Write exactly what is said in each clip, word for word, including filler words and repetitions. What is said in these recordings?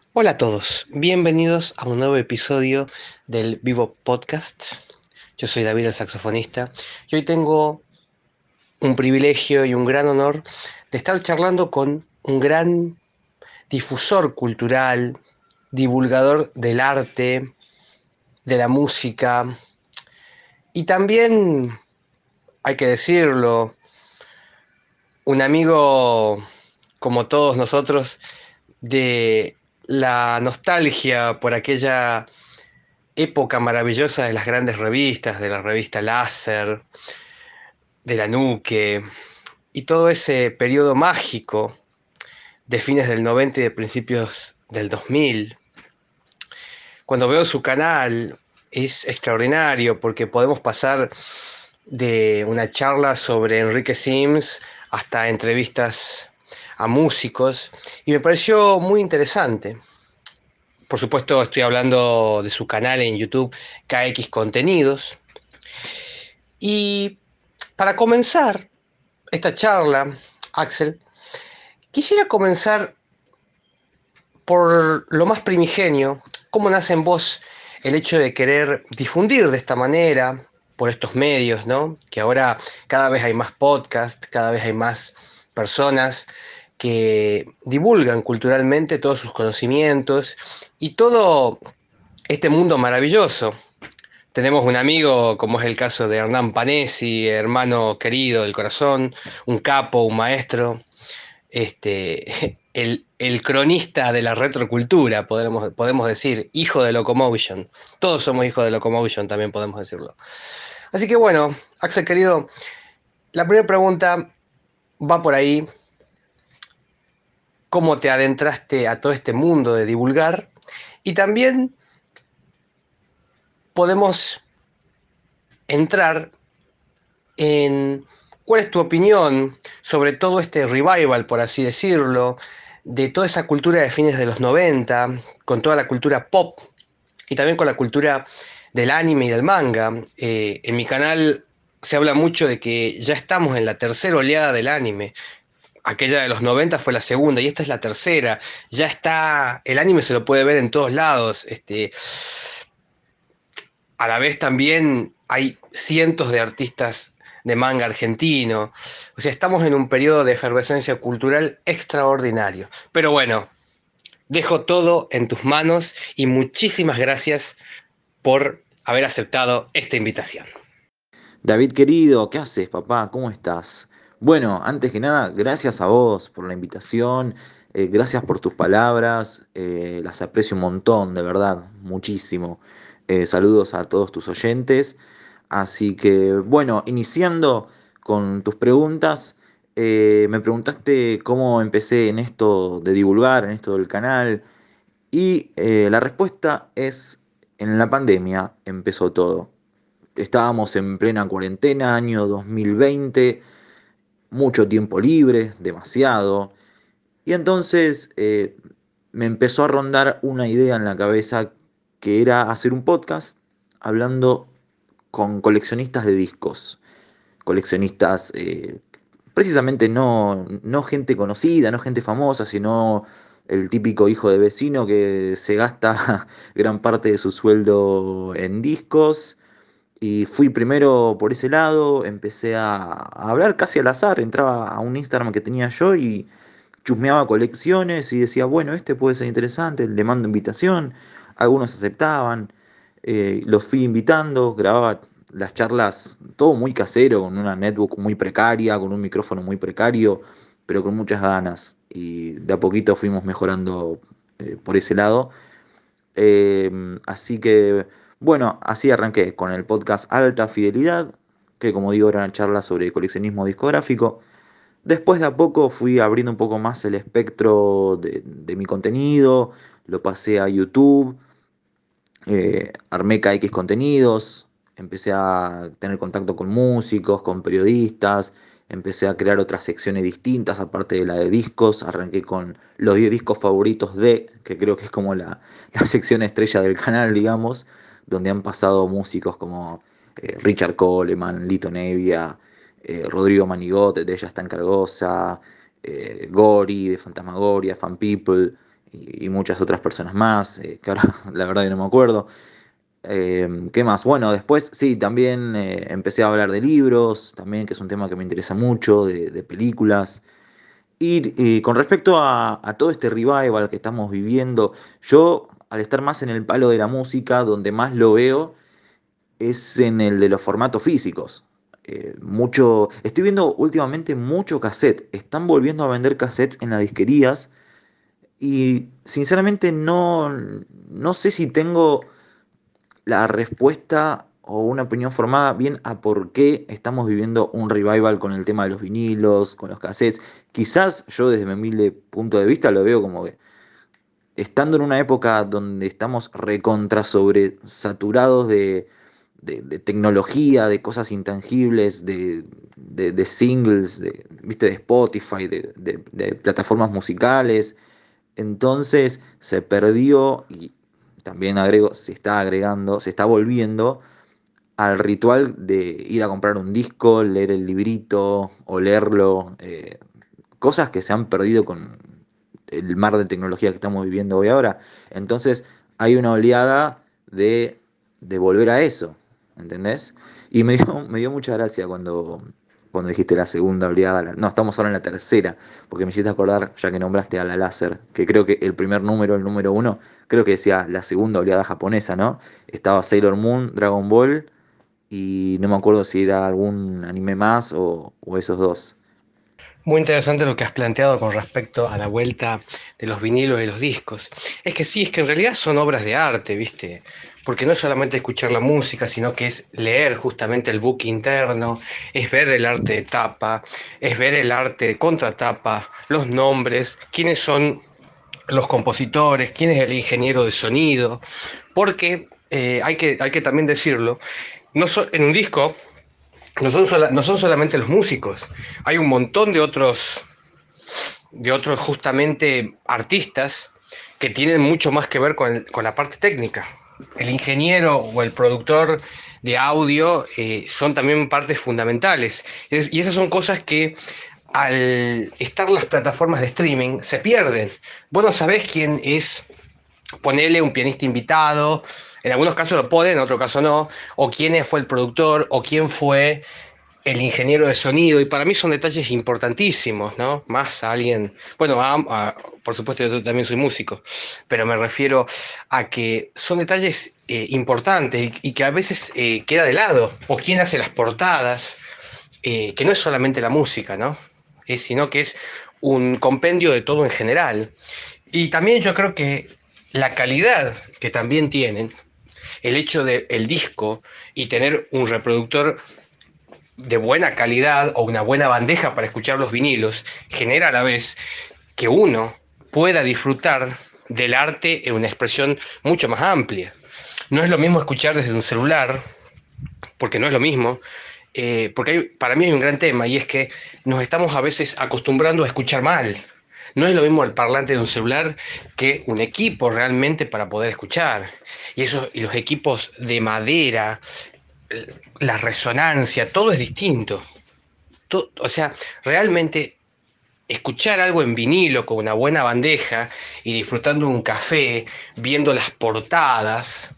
Hola a todos, bienvenidos a un nuevo episodio del Vivo Podcast. Yo soy David, el saxofonista, y hoy tengo un privilegio y un gran honor de estar charlando con un gran difusor cultural, divulgador del arte, de la música y también, hay que decirlo, un amigo como todos nosotros de la nostalgia por aquella época maravillosa de las grandes revistas, de la revista Láser, de la Nuque, y todo ese periodo mágico de fines del noventa y de principios del dos mil. Cuando veo su canal es extraordinario porque podemos pasar de una charla sobre Enrique Sims hasta entrevistas a músicos y me pareció muy interesante. Por supuesto, estoy hablando de su canal en YouTube, K X Contenidos. Y para comenzar esta charla, Axel, quisiera comenzar por lo más primigenio. ¿Cómo nace en vos el hecho de querer difundir de esta manera, por estos medios, ¿no? Que ahora cada vez hay más podcasts, cada vez hay más personas que divulgan culturalmente todos sus conocimientos y todo este mundo maravilloso. Tenemos un amigo, como es el caso de Hernán Panesi, hermano querido del corazón, un capo, un maestro, este, el, el cronista de la retrocultura, podemos, podemos decir, hijo de Locomotion. Todos somos hijos de Locomotion, también podemos decirlo. Así que bueno, Axel querido, la primera pregunta va por ahí. ¿Cómo te adentraste a todo este mundo de divulgar? Y también podemos entrar en cuál es tu opinión sobre todo este revival, por así decirlo, de toda esa cultura de fines de los noventa, con toda la cultura pop y también con la cultura del anime y del manga. Eh, en mi canal se habla mucho de que ya estamos en la tercera oleada del anime. Aquella de los noventa fue la segunda y esta es la tercera. Ya está, el anime se lo puede ver en todos lados. Este, a la vez también hay cientos de artistas de manga argentino. O sea, estamos en un periodo de efervescencia cultural extraordinario. Pero bueno, dejo todo en tus manos y muchísimas gracias por haber aceptado esta invitación. David querido, ¿qué haces, papá? ¿Cómo estás? Bueno, antes que nada, gracias a vos por la invitación, eh, gracias por tus palabras, eh, las aprecio un montón, de verdad, muchísimo. Eh, saludos a todos tus oyentes. Así que, bueno, iniciando con tus preguntas, eh, me preguntaste cómo empecé en esto de divulgar, en esto del canal, y eh, la respuesta es, en la pandemia empezó todo. Estábamos en plena cuarentena, año dos mil veinte, mucho tiempo libre, demasiado. Y entonces eh, me empezó a rondar una idea en la cabeza que era hacer un podcast hablando con coleccionistas de discos. Coleccionistas, eh, precisamente no, no gente conocida, no gente famosa, sino el típico hijo de vecino que se gasta gran parte de su sueldo en discos. Y fui primero por ese lado, empecé a, a hablar casi al azar, entraba a un Instagram que tenía yo y chusmeaba colecciones y decía, bueno, este puede ser interesante, le mando invitación, algunos aceptaban, eh, los fui invitando, grababa las charlas, todo muy casero, con una netbook muy precaria, con un micrófono muy precario, pero con muchas ganas y de a poquito fuimos mejorando eh, por ese lado. Eh, así que, bueno, así arranqué con el podcast Alta Fidelidad, que como digo era una charla sobre coleccionismo discográfico. Después de a poco fui abriendo un poco más el espectro de, de mi contenido, lo pasé a YouTube, eh, armé K X contenidos, empecé a tener contacto con músicos, con periodistas, empecé a crear otras secciones distintas, aparte de la de discos, arranqué con los diez discos favoritos de, que creo que es como la, la sección estrella del canal, digamos, donde han pasado músicos como eh, Richard Coleman, Lito Nevia, eh, Rodrigo Manigot de Ella está en Cargosa, eh, Gori de Fantasmagoria, Fan People. y, y muchas otras personas más, eh, que ahora la verdad que no me acuerdo. Eh, ¿qué más? Bueno, después sí, también eh, empecé a hablar de libros, también que es un tema que me interesa mucho, de, de películas. Y, y con respecto a, a todo este revival que estamos viviendo, yo al estar más en el palo de la música, donde más lo veo es en el de los formatos físicos. Eh, mucho, estoy viendo últimamente mucho cassette. Están volviendo a vender cassettes en las disquerías y sinceramente no, no sé si tengo la respuesta o una opinión formada bien a por qué estamos viviendo un revival con el tema de los vinilos, con los cassettes. Quizás yo desde mi humilde punto de vista lo veo como que estando en una época donde estamos recontra sobre saturados de, de, de tecnología, de cosas intangibles, de, de, de singles, de, ¿viste? De Spotify, de, de, de plataformas musicales. Entonces se perdió y también agrego, se está agregando, se está volviendo al ritual de ir a comprar un disco, leer el librito, olerlo, eh, cosas que se han perdido con el mar de tecnología que estamos viviendo hoy ahora. Entonces hay una oleada de, de volver a eso, ¿entendés? Y me dio, me dio mucha gracia cuando, cuando dijiste la segunda oleada, la- no, estamos ahora en la tercera, porque me hiciste acordar, ya que nombraste a la láser, que creo que el primer número, el número uno, creo que decía la segunda oleada japonesa, ¿no? Estaba Sailor Moon, Dragon Ball y no me acuerdo si era algún anime más o, o esos dos. Muy interesante lo que has planteado con respecto a la vuelta de los vinilos y los discos. Es que sí, es que en realidad son obras de arte, ¿viste? Porque no es solamente escuchar la música, sino que es leer justamente el book interno, es ver el arte de tapa, es ver el arte de contratapa, los nombres, quiénes son los compositores, quién es el ingeniero de sonido, porque eh, hay que, hay que también decirlo, no so- en un disco no son, sola- no son solamente los músicos, hay un montón de otros de otros justamente artistas que tienen mucho más que ver con, el- con la parte técnica. El ingeniero o el productor de audio eh, son también partes fundamentales. Es- y esas son cosas que al estar las plataformas de streaming se pierden. Vos no sabés quién es, ponerle un pianista invitado, en algunos casos lo ponen, en otros casos no, o quién fue el productor, o quién fue el ingeniero de sonido, y para mí son detalles importantísimos, ¿no? Más a alguien, bueno, a- a- por supuesto yo también soy músico, pero me refiero a que son detalles eh, importantes y, y que a veces eh, queda de lado, o quién hace las portadas, eh, que no es solamente la música, ¿no? Es, sino que es un compendio de todo en general. Y también yo creo que la calidad que también tienen, el hecho del disco y tener un reproductor de buena calidad o una buena bandeja para escuchar los vinilos, genera a la vez que uno pueda disfrutar del arte en una expresión mucho más amplia. No es lo mismo escuchar desde un celular, porque no es lo mismo, eh, porque hay, para mí hay un gran tema y es que nos estamos a veces acostumbrando a escuchar mal. No es lo mismo el parlante de un celular que un equipo realmente para poder escuchar. Y, eso, y los equipos de madera, la resonancia, todo es distinto. To- o sea, realmente escuchar algo en vinilo con una buena bandeja y disfrutando un café, viendo las portadas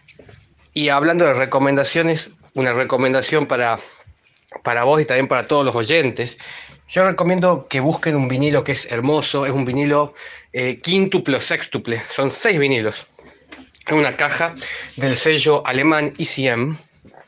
y hablando de recomendaciones, una recomendación para, para vos y también para todos los oyentes. Yo recomiendo que busquen un vinilo que es hermoso, es un vinilo eh, quíntuple o sextuple, son seis vinilos. Es una caja del sello alemán E C M.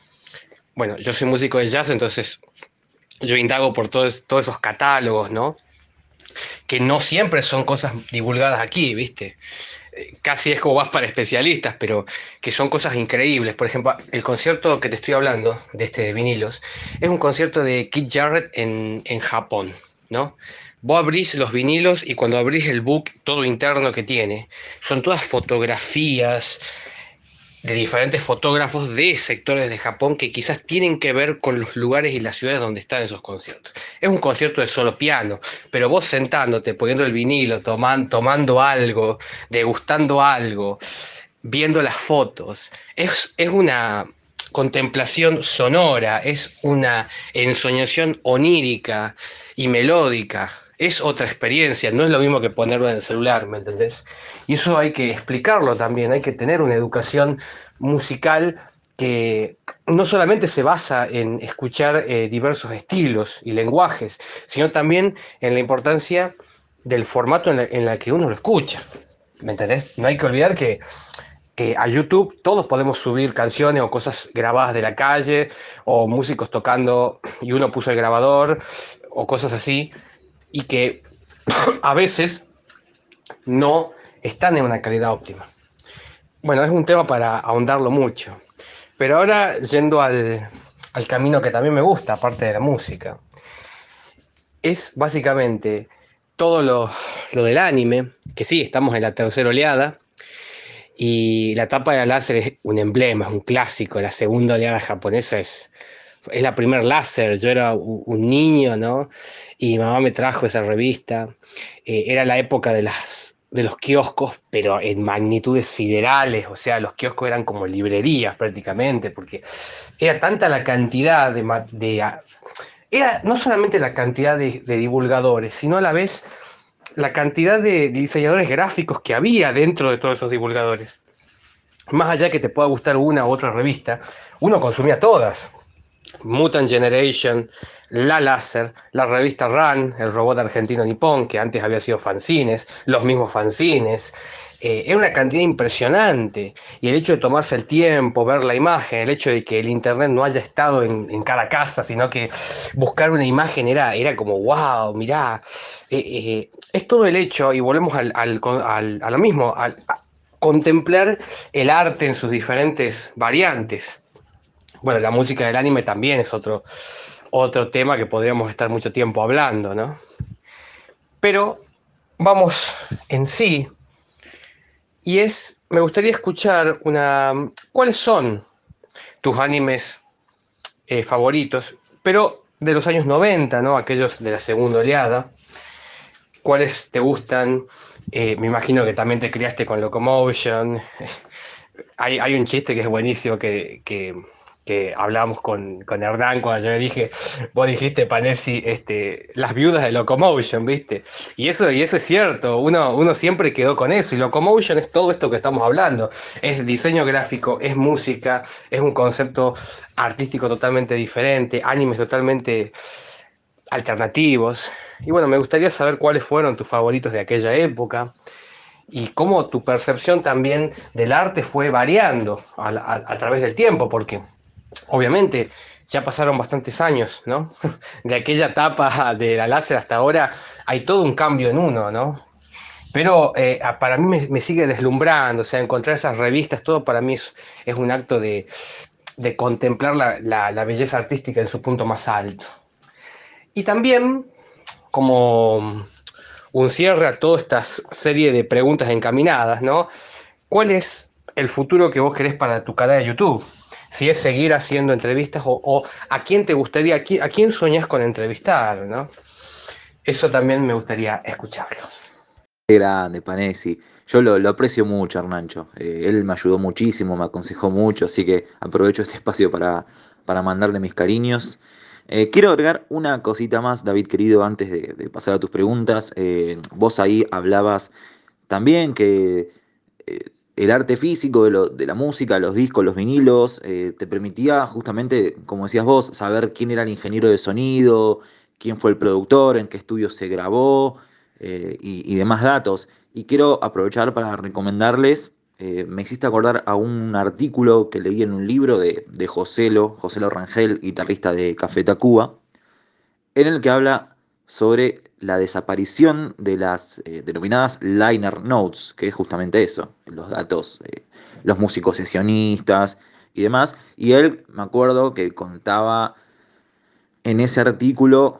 Bueno, yo soy músico de jazz, entonces yo indago por todos, todos esos catálogos, ¿no? Que no siempre son cosas divulgadas aquí, ¿viste? Eh, Casi es como vas para especialistas, pero que son cosas increíbles. Por ejemplo, el concierto que te estoy hablando, de este de vinilos, es un concierto de Keith Jarrett en, en Japón, ¿no? Vos abrís los vinilos y cuando abrís el book, todo interno que tiene, son todas fotografías, de diferentes fotógrafos de sectores de Japón que quizás tienen que ver con los lugares y las ciudades donde están esos conciertos. Es un concierto de solo piano, pero vos sentándote, poniendo el vinilo, toman- tomando algo, degustando algo, viendo las fotos, es, es una contemplación sonora, es una ensoñación onírica y melódica. es otra experiencia, no es lo mismo que ponerlo en el celular, ¿me entendés? Y eso hay que explicarlo también, hay que tener una educación musical que no solamente se basa en escuchar eh, diversos estilos y lenguajes, sino también en la importancia del formato en la, en la que uno lo escucha. ¿Me entendés? No hay que olvidar que que a YouTube todos podemos subir canciones o cosas grabadas de la calle o músicos tocando y uno puso el grabador o cosas así y que a veces no están en una calidad óptima. Bueno, es un tema para ahondarlo mucho. Pero ahora yendo al, al camino que también me gusta, aparte de la música, es básicamente todo lo, lo del anime, que sí, estamos en la tercera oleada. Y la tapa de la láser es un emblema, es un clásico. La segunda oleada japonesa es, es la primer láser. Yo era un, un niño, ¿no? Y mi mamá me trajo esa revista. Eh, era la época de las de los kioscos, pero en magnitudes siderales, o sea, los kioscos eran como librerías prácticamente, porque era tanta la cantidad de, de era no solamente la cantidad de, de divulgadores, sino a la vez la cantidad de diseñadores gráficos que había dentro de todos esos divulgadores. Más allá que te pueda gustar una u otra revista, uno consumía todas. Mutant Generation, La Láser, la revista Run, el robot argentino nipón, que antes había sido fanzines, los mismos fanzines. Eh, era una cantidad impresionante. Y el hecho de tomarse el tiempo, ver la imagen, el hecho de que el internet no haya estado en, en cada casa, sino que buscar una imagen era, era como, wow, mirá. Eh, eh, es todo el hecho, y volvemos al, al, al, a lo mismo, al, a contemplar el arte en sus diferentes variantes. Bueno, la música del anime también es otro, otro tema que podríamos estar mucho tiempo hablando, ¿no? Pero vamos en sí, y es, me gustaría escuchar una, ¿cuáles son tus animes eh, favoritos? Pero de los años noventa, ¿no? Aquellos de la segunda oleada. ¿Cuáles te gustan? Eh, me imagino que también te criaste con Locomotion. Hay, hay un chiste que es buenísimo que, que, que hablábamos con, con Hernán cuando yo le dije, vos dijiste, Panesi, este, las viudas de Locomotion, ¿viste? Y eso, y eso es cierto, uno, uno siempre quedó con eso, y Locomotion es todo esto que estamos hablando, es diseño gráfico, es música, es un concepto artístico totalmente diferente, animes totalmente alternativos. Y bueno, me gustaría saber cuáles fueron tus favoritos de aquella época y cómo tu percepción también del arte fue variando a, a, a través del tiempo, porque obviamente ya pasaron bastantes años, ¿no? De aquella etapa de la láser hasta ahora hay todo un cambio en uno, ¿no? Pero eh, para mí me, me, sigue deslumbrando, o sea, encontrar esas revistas, todo para mí es, es un acto de, de contemplar la, la, la belleza artística en su punto más alto. Y también, como un cierre a toda esta serie de preguntas encaminadas, ¿no? ¿Cuál es el futuro que vos querés para tu canal de YouTube? Si es seguir haciendo entrevistas o, o a quién te gustaría, a quién, a quién soñás con entrevistar, ¿no? Eso también me gustaría escucharlo. Qué grande, Panesi. Yo lo, lo aprecio mucho, Hernancho. Eh, él me ayudó muchísimo, me aconsejó mucho, así que aprovecho este espacio para, para mandarle mis cariños. Eh, quiero agregar una cosita más, David querido, antes de, de pasar a tus preguntas. Eh, vos ahí hablabas también que eh, el arte físico de, lo- de la música, los discos, los vinilos, eh, te permitía justamente, como decías vos, saber quién era el ingeniero de sonido, quién fue el productor, en qué estudio se grabó eh, y, y demás datos. Y quiero aprovechar para recomendarles, eh, me hiciste acordar a un artículo que leí en un libro de, de Joselo, Joselo Rangel, guitarrista de Café Tacuba, en el que habla sobre la desaparición de las eh, denominadas liner notes, que es justamente eso, los datos, eh, los músicos sesionistas y demás. Y él, me acuerdo que contaba en ese artículo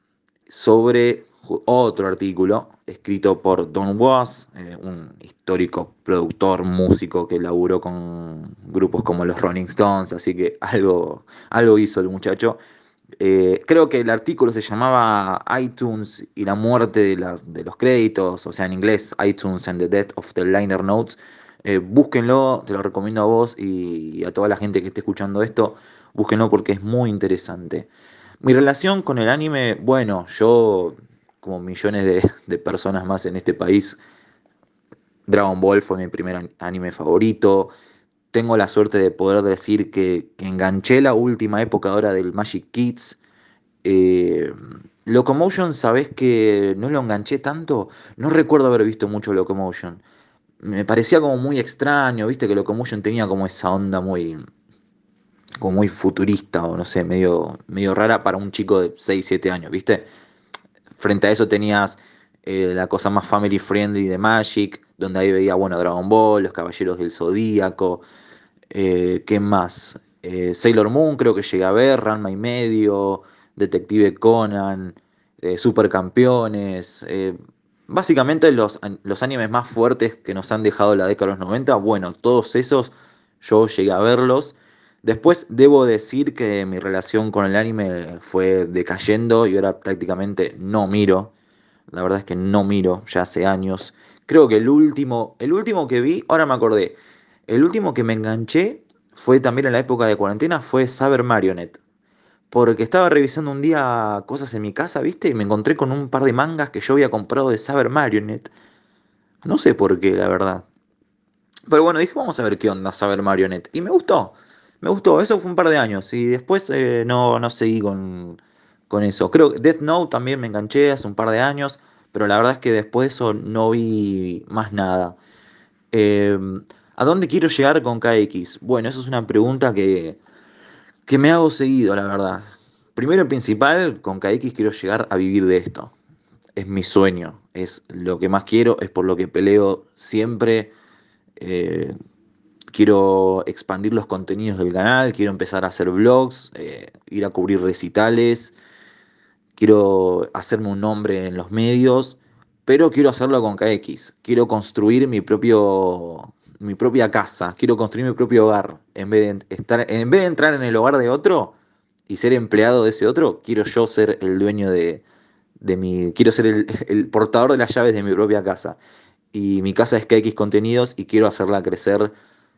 sobre otro artículo escrito por Don Was, eh, un histórico productor, músico que laburó con grupos como los Rolling Stones, así que algo, algo hizo el muchacho. Eh, creo que el artículo se llamaba iTunes y la muerte de, las, de los créditos, o sea, en inglés, iTunes and the Death of the Liner Notes. Eh, búsquenlo, te lo recomiendo a vos y a toda la gente que esté escuchando esto, búsquenlo porque es muy interesante. Mi relación con el anime, bueno, yo como millones de, de personas más en este país, Dragon Ball fue mi primer an- anime favorito. Tengo la suerte de poder decir que, que enganché la última época ahora del Magic Kids. Eh, Locomotion, ¿sabés que no lo enganché tanto? No recuerdo haber visto mucho Locomotion. Me parecía como muy extraño, viste que Locomotion tenía como esa onda muy, como muy futurista o no sé, medio, medio rara para un chico de seis siete años, ¿viste? Frente a eso tenías eh, la cosa más family friendly de Magic, donde ahí veía, bueno, Dragon Ball, los Caballeros del Zodíaco, eh, ¿qué más? Eh, Sailor Moon creo que llegué a ver, Ranma y medio, Detective Conan, eh, Supercampeones, eh, básicamente los, an- los animes más fuertes que nos han dejado la década de los noventa, bueno, todos esos yo llegué a verlos. Después debo decir que mi relación con el anime fue decayendo y ahora prácticamente no miro. La verdad es que no miro ya hace años. Creo que el último, el último que vi, ahora me acordé, el último que me enganché fue también en la época de cuarentena, fue Saber Marionette. Porque estaba revisando un día cosas en mi casa, ¿viste? Y me encontré con un par de mangas que yo había comprado de Saber Marionette. No sé por qué, la verdad. Pero bueno, dije, vamos a ver qué onda Saber Marionette. Y me gustó. Me gustó. Eso fue un par de años. Y después eh, no, no seguí con, con eso. Creo que Death Note también me enganché hace un par de años. Pero la verdad es que después de eso no vi más nada. Eh, ¿A dónde quiero llegar con K X? Bueno, eso es una pregunta que, que me hago seguido, la verdad. Primero y principal, con K X quiero llegar a vivir de esto. Es mi sueño, es lo que más quiero, es por lo que peleo siempre. Eh, Quiero expandir los contenidos del canal, quiero empezar a hacer vlogs, eh, ir a cubrir recitales, quiero hacerme un nombre en los medios, pero quiero hacerlo con K X. Quiero construir mi propio, mi propia casa, quiero construir mi propio hogar. En vez de estar, en vez de entrar en el hogar de otro y ser empleado de ese otro, quiero yo ser el dueño de, de mi, quiero ser el, el portador de las llaves de mi propia casa. Y mi casa es K X Contenidos y quiero hacerla crecer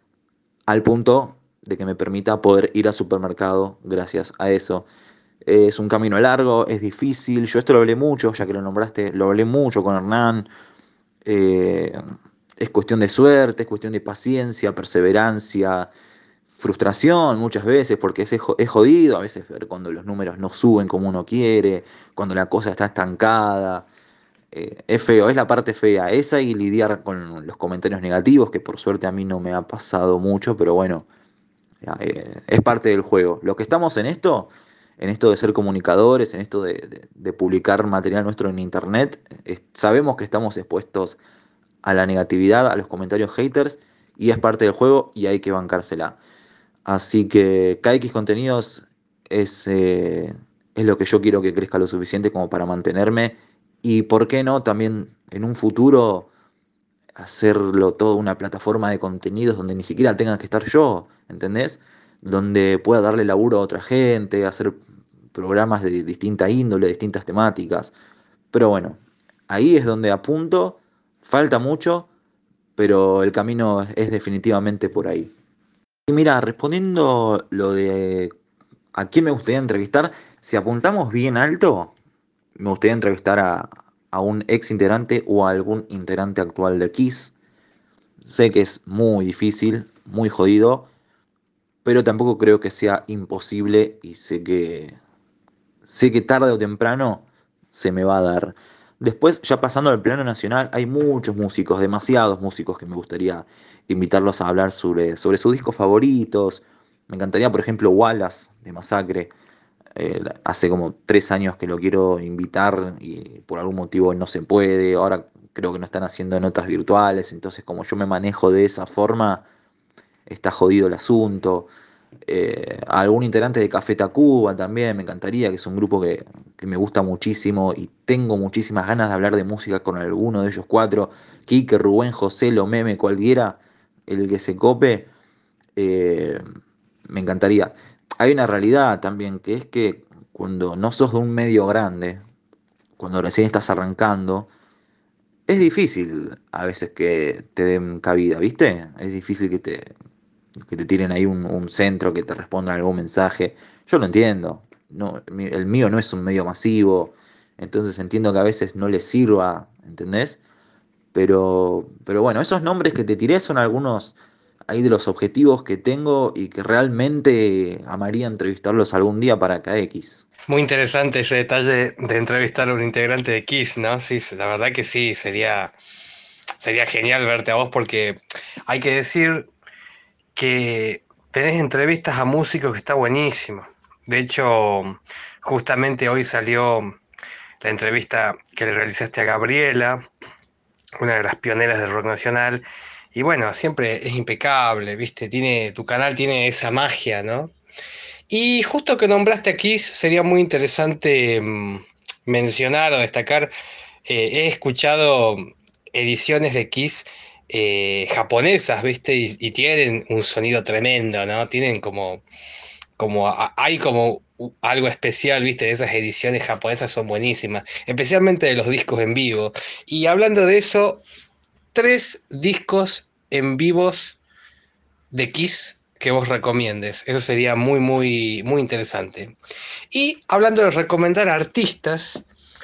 al punto de que me permita poder ir al supermercado gracias a eso. Es un camino largo, es difícil. Yo esto lo hablé mucho, ya que lo nombraste, lo hablé mucho con Hernán. Eh, es cuestión de suerte, es cuestión de paciencia, perseverancia, frustración muchas veces, porque es, jo- es jodido a veces ver cuando los números no suben como uno quiere, cuando la cosa está estancada. Eh, es feo, es la parte fea esa y lidiar con los comentarios negativos, que por suerte a mí no me ha pasado mucho, pero bueno, eh, es parte del juego. Los que estamos en esto, en esto de ser comunicadores, en esto de, de- de publicar material nuestro en internet, es- sabemos que estamos expuestos a la negatividad, a los comentarios haters, y es parte del juego y hay que bancársela. Así que K X Contenidos es, eh, es lo que yo quiero que crezca lo suficiente como para mantenerme y, ¿por qué no?, también en un futuro hacerlo todo una plataforma de contenidos donde ni siquiera tenga que estar yo, ¿entendés? Donde pueda darle laburo a otra gente, hacer programas de distinta índole, distintas temáticas. Pero bueno, ahí es donde apunto, falta mucho, pero el camino es definitivamente por ahí. Y mira, respondiendo lo de a quién me gustaría entrevistar, si apuntamos bien alto, me gustaría entrevistar a, a un ex integrante o a algún integrante actual de Kiss. Sé que es muy difícil, muy jodido, pero tampoco creo que sea imposible y sé que, sé que tarde o temprano se me va a dar. Después, ya pasando al plano nacional, hay muchos músicos, demasiados músicos que me gustaría invitarlos a hablar sobre, sobre sus discos favoritos. Me encantaría, por ejemplo, Wallace de Masacre. Eh, hace como tres años que lo quiero invitar y por algún motivo no se puede. Ahora creo que no están haciendo notas virtuales, entonces como yo me manejo de esa forma, está jodido el asunto. Eh, a algún integrante de Café Tacuba también me encantaría, que es un grupo que, que me gusta muchísimo y tengo muchísimas ganas de hablar de música con alguno de ellos cuatro. Quique, Rubén, José, Lo Meme, cualquiera, el que se cope, eh, me encantaría. Hay una realidad también, que es que cuando no sos de un medio grande, cuando recién estás arrancando, es difícil a veces que te den cabida, ¿viste? Es difícil que te, que te tiren ahí un, un centro, que te respondan algún mensaje. Yo lo entiendo. No, mi- el mío no es un medio masivo. entonces entiendo que a veces no les sirva, ¿entendés? Pero, pero bueno, esos nombres que te tiré son algunos ahí de los objetivos que tengo y que realmente amaría entrevistarlos algún día para K X. Muy interesante ese detalle de entrevistar a un integrante de Kiss, ¿no? Sí, la verdad que sí, sería, sería genial verte a vos porque hay que decir que tenés entrevistas a músicos que está buenísimo. De hecho, justamente hoy salió la entrevista que le realizaste a Gabriela, una de las pioneras del rock nacional. Y bueno, siempre es impecable, ¿viste? Tiene, tu canal tiene esa magia, ¿no? Y justo que nombraste a Kiss, sería muy interesante mm, mencionar o destacar. Eh, he escuchado ediciones de Kiss eh, japonesas, ¿viste? Y, y tienen un sonido tremendo, ¿no? Tienen como, como a- hay como u- algo especial, ¿viste? Esas ediciones japonesas son buenísimas, especialmente de los discos en vivo. Y hablando de eso, tres discos en vivos de Kiss que vos recomiendes. Eso sería muy, muy, muy interesante. Y hablando de recomendar artistas,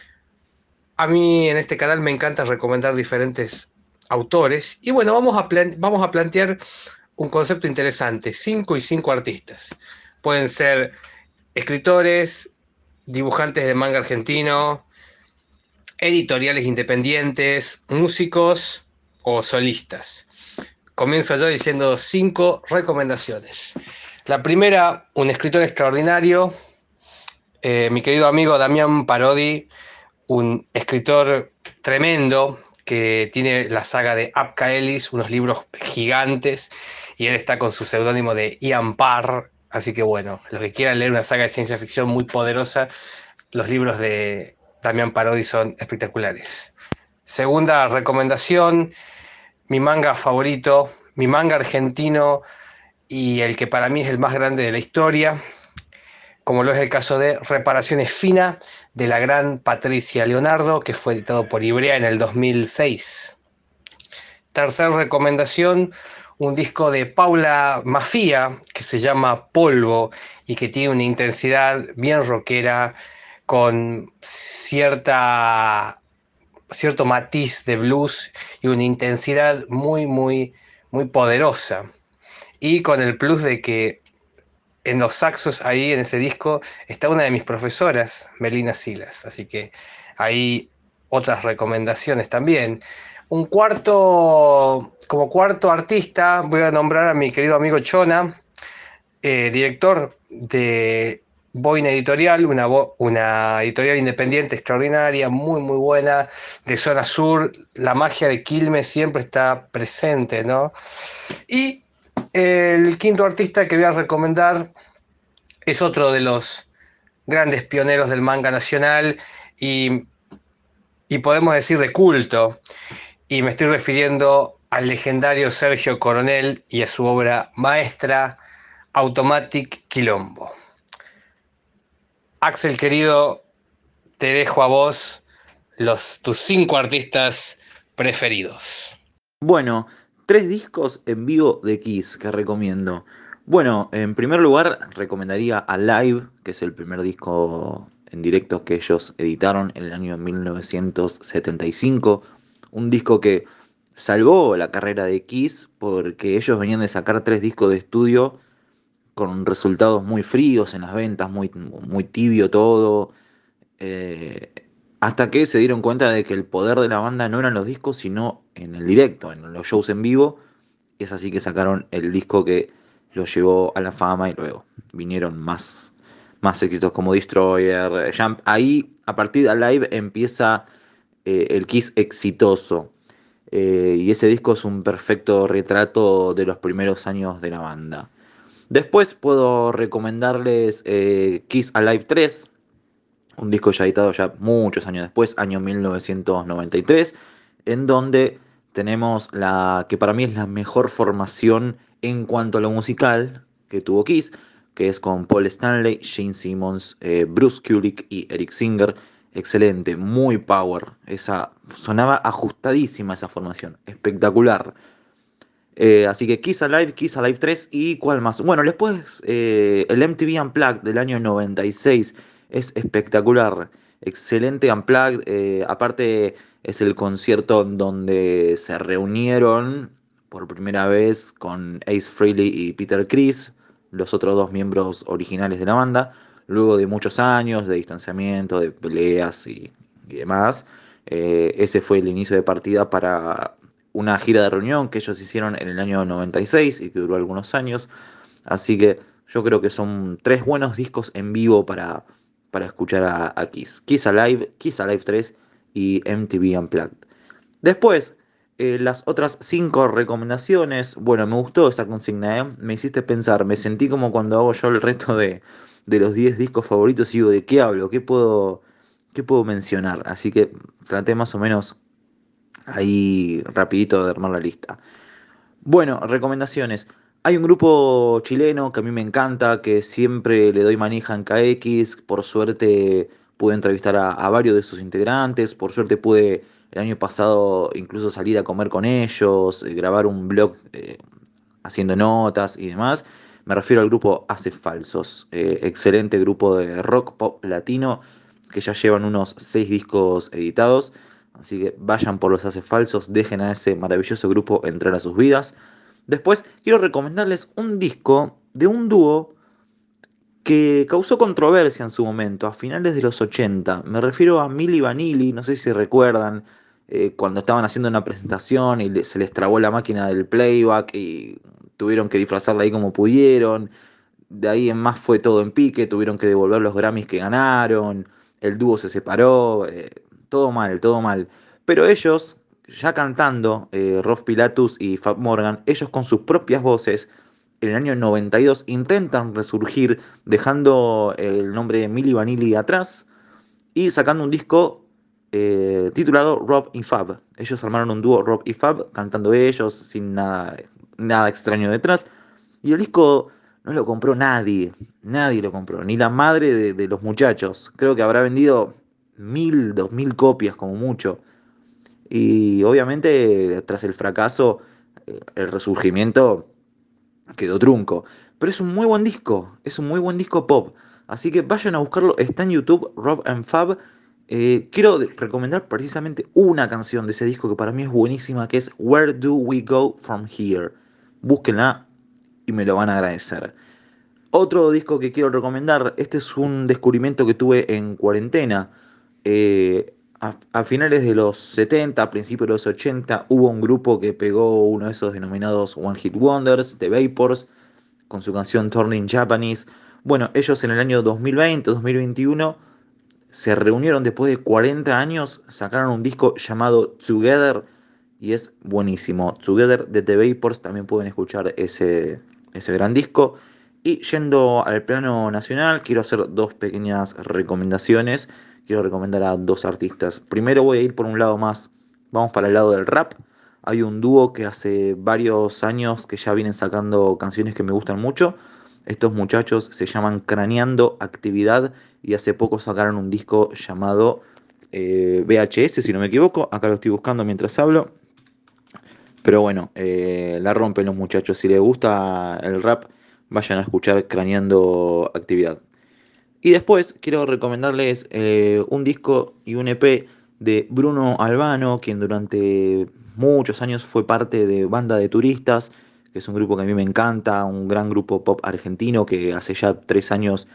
a mí en este canal me encanta recomendar diferentes autores. Y bueno, vamos a, plan- vamos a plantear un concepto interesante. Cinco y cinco artistas. Pueden ser escritores, dibujantes de manga argentino, editoriales independientes, músicos o solistas. Comienzo yo diciendo cinco recomendaciones. La primera, un escritor extraordinario, eh, mi querido amigo Damián Parodi, un escritor tremendo que tiene la saga de Apka Ellis, unos libros gigantes, y él está con su seudónimo de Ian Parr. Así que bueno, los que quieran leer una saga de ciencia ficción muy poderosa, los libros de Damián Parodi son espectaculares. Segunda recomendación, mi manga favorito, mi manga argentino y el que para mí es el más grande de la historia, como lo es el caso de Reparaciones Fina, de la gran Patricia Leonardo, que fue editado por Ibrea en el dos mil seis. Tercer recomendación, un disco de Paula Mafia, que se llama Polvo, y que tiene una intensidad bien rockera, con cierta, cierto matiz de blues y una intensidad muy, muy, muy poderosa. Y con el plus de que en los saxos ahí en ese disco está una de mis profesoras, Melina Silas, así que ahí otras recomendaciones también. Un cuarto, como cuarto artista, voy a nombrar a mi querido amigo Chona, eh, director de Boina Editorial, una, una editorial independiente extraordinaria, muy muy buena, de zona sur. La magia de Quilmes siempre está presente, ¿no? Y el quinto artista que voy a recomendar es otro de los grandes pioneros del manga nacional y, y podemos decir de culto. Y me estoy refiriendo al legendario Sergio Coronel y a su obra maestra Automatic Quilombo. Axel querido, te dejo a vos los, tus cinco artistas preferidos. Bueno, tres discos en vivo de Kiss que recomiendo. Bueno, en primer lugar recomendaría Alive, que es el primer disco en directo que ellos editaron en el año mil novecientos setenta y cinco. Un disco que salvó la carrera de Kiss porque ellos venían de sacar tres discos de estudio con resultados muy fríos en las ventas, muy, muy tibio todo. eh, Hasta que se dieron cuenta de que el poder de la banda no eran los discos, sino en el directo, en los shows en vivo. Y es así que sacaron el disco que los llevó a la fama y luego vinieron más, más éxitos como Destroyer, Jump. Ahí, a partir de Live, empieza eh, el Kiss exitoso. Eh, y ese disco es un perfecto retrato de los primeros años de la banda. Después puedo recomendarles eh, Kiss Alive tres, un disco ya editado ya muchos años después, año mil novecientos noventa y tres, en donde tenemos la que para mí es la mejor formación en cuanto a lo musical que tuvo Kiss, que es con Paul Stanley, Gene Simmons, eh, Bruce Kulick y Eric Singer. Excelente, muy power. Esa, sonaba ajustadísima esa formación, espectacular. Eh, así que Kiss Alive, Kiss Alive tres y ¿cuál más? Bueno, después eh, el M T V Unplugged del año noventa y seis es espectacular. excelente Unplugged. Eh, aparte es el concierto donde se reunieron por primera vez con Ace Frehley y Peter Criss, los otros dos miembros originales de la banda, luego de muchos años de distanciamiento, de peleas y, y demás. Eh, ese fue el inicio de partida para una gira de reunión que ellos hicieron en el año noventa y seis y que duró algunos años. Así que yo creo que son tres buenos discos en vivo para, para escuchar a, a Kiss. Kiss Alive, Kiss Alive tres y M T V Unplugged. Después, eh, las otras cinco recomendaciones. Bueno, me gustó esa consigna, ¿eh? Me hiciste pensar. Me sentí como cuando hago yo el resto de, de los diez discos favoritos y digo, ¿de qué hablo? ¿Qué puedo, qué puedo mencionar? Así que traté más o menos ahí rapidito de armar la lista. Bueno, recomendaciones. Hay un grupo chileno que a mí me encanta, que siempre le doy manija en K X. Por suerte pude entrevistar a, a varios de sus integrantes. Por suerte pude el año pasado incluso salir a comer con ellos, eh, grabar un blog eh, haciendo notas y demás. Me refiero al grupo Hace Falsos. Eh, excelente grupo de rock pop latino que ya llevan unos seis discos editados. Así que vayan por los Hace Falsos, dejen a ese maravilloso grupo entrar a sus vidas. Después quiero recomendarles un disco de un dúo que causó controversia en su momento, a finales de los ochenta. Me refiero a Milli Vanilli, no sé si recuerdan, eh, cuando estaban haciendo una presentación y le- se les trabó la máquina del playback y tuvieron que disfrazarla ahí como pudieron. De ahí en más fue todo en pique, tuvieron que devolver los Grammys que ganaron, el dúo se separó, eh, todo mal, todo mal. Pero ellos, ya cantando, eh, Rolf Pilatus y Fab Morgan, ellos con sus propias voces, en el año noventa y dos intentan resurgir dejando el nombre de Milli Vanilli atrás y sacando un disco eh, titulado Rob y Fab. Ellos armaron un dúo Rob y Fab, cantando ellos, sin nada, nada extraño detrás. Y el disco no lo compró nadie, nadie lo compró, ni la madre de, de los muchachos. Creo que habrá vendido mil, dos mil copias como mucho. Y obviamente tras el fracaso, eh, el resurgimiento quedó trunco. Pero es un muy buen disco, es un muy buen disco pop. Así que vayan a buscarlo, está en YouTube, Rob and Fab. Eh, quiero de- recomendar precisamente una canción de ese disco que para mí es buenísima, que es Where Do We Go From Here. Búsquenla y me lo van a agradecer. Otro disco que quiero recomendar, este es un descubrimiento que tuve en cuarentena. Eh, a, a finales de los setenta, a principios de los ochenta, hubo un grupo que pegó uno de esos denominados One Hit Wonders, The Vapors, con su canción Turning Japanese. Bueno, ellos en el año dos mil veinte, dos mil veintiuno se reunieron después de cuarenta años, sacaron un disco llamado Together y es buenísimo. Together de The Vapors, también pueden escuchar ese, ese gran disco. Y yendo al plano nacional, quiero hacer dos pequeñas recomendaciones. Quiero recomendar a dos artistas. Primero voy a ir por un lado más, vamos para el lado del rap. Hay un dúo que hace varios años que ya vienen sacando canciones que me gustan mucho. Estos muchachos se llaman Craneando Actividad y hace poco sacaron un disco llamado eh, V H S, si no me equivoco. Acá lo estoy buscando mientras hablo. Pero bueno, eh, la rompen los muchachos. Si les gusta el rap, vayan a escuchar Craneando Actividad. Y después quiero recomendarles eh, un disco y un E P de Bruno Albano, quien durante muchos años fue parte de Banda de Turistas, que es un grupo que a mí me encanta, un gran grupo pop argentino que hace ya tres años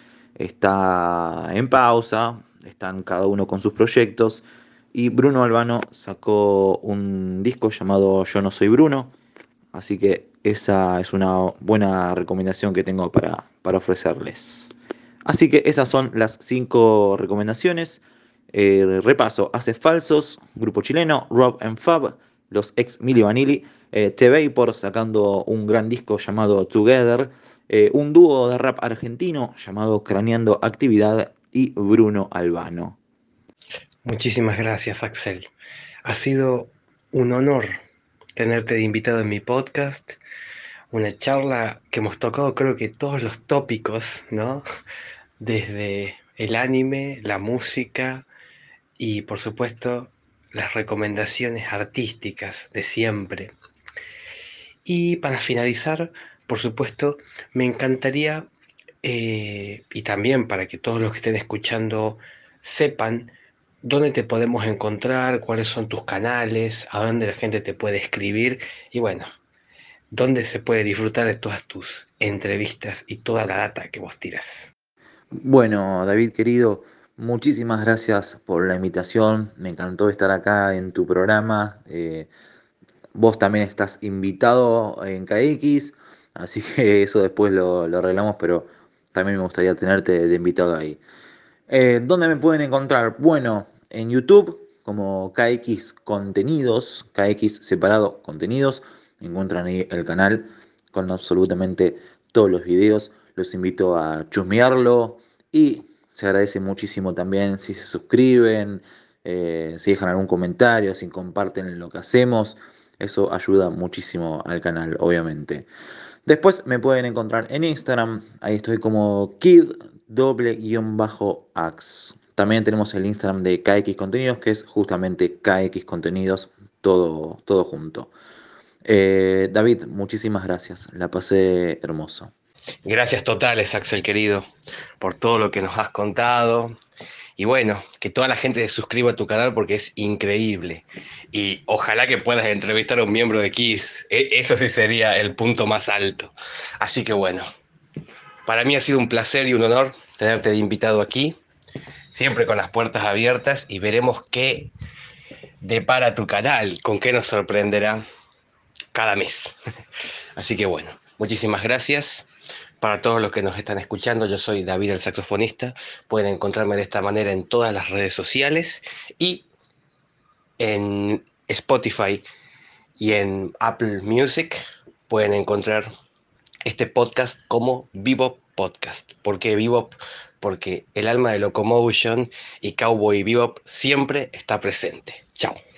está en pausa, están cada uno con sus proyectos. Y Bruno Albano sacó un disco llamado Yo no soy Bruno, así que esa es una buena recomendación que tengo para, para ofrecerles. Así que esas son las cinco recomendaciones. Eh, repaso, Hace Falsos, grupo chileno, Rob and Fab, los ex Milli Vanilli, eh, The Vapor sacando un gran disco llamado Together, eh, un dúo de rap argentino llamado Craneando Actividad y Bruno Albano. Muchísimas gracias, Axel. Ha sido un honor tenerte de invitado en mi podcast, una charla que hemos tocado creo que todos los tópicos, ¿no? Desde el anime, la música y por supuesto las recomendaciones artísticas de siempre. Y para finalizar, por supuesto, me encantaría, eh, y también para que todos los que estén escuchando sepan, dónde te podemos encontrar, cuáles son tus canales, a dónde la gente te puede escribir y bueno, dónde se puede disfrutar de todas tus entrevistas y toda la data que vos tiras. Bueno, David querido, muchísimas gracias por la invitación. Me encantó estar acá en tu programa. Eh, vos también estás invitado en K X, así que eso después lo, lo arreglamos, pero también me gustaría tenerte de invitado ahí. Eh, ¿dónde me pueden encontrar? Bueno, en YouTube como K X Contenidos, K X separado Contenidos, encuentran ahí el canal con absolutamente todos los videos. Los invito a chusmearlo y se agradece muchísimo también si se suscriben, eh, si dejan algún comentario, si comparten lo que hacemos. Eso ayuda muchísimo al canal, obviamente. Después me pueden encontrar en Instagram, ahí estoy como kid doble guión bajo ax. También tenemos el Instagram de K X Contenidos, que es justamente K X Contenidos, todo, todo junto. Eh, David, muchísimas gracias, la pasé hermoso. Gracias totales, Axel querido, por todo lo que nos has contado. Y bueno, que toda la gente se suscriba a tu canal porque es increíble. Y ojalá que puedas entrevistar a un miembro de Kiss. E- Eso sí sería el punto más alto. Así que bueno, para mí ha sido un placer y un honor tenerte de invitado aquí, siempre con las puertas abiertas y veremos qué depara tu canal, con qué nos sorprenderá cada mes. Así que bueno, muchísimas gracias. Para todos los que nos están escuchando, yo soy David el saxofonista. Pueden encontrarme de esta manera en todas las redes sociales y en Spotify y en Apple Music pueden encontrar este podcast como Bebop Podcast. ¿Por qué Bebop? Porque el alma de Locomotion y Cowboy Bebop siempre está presente. Chao.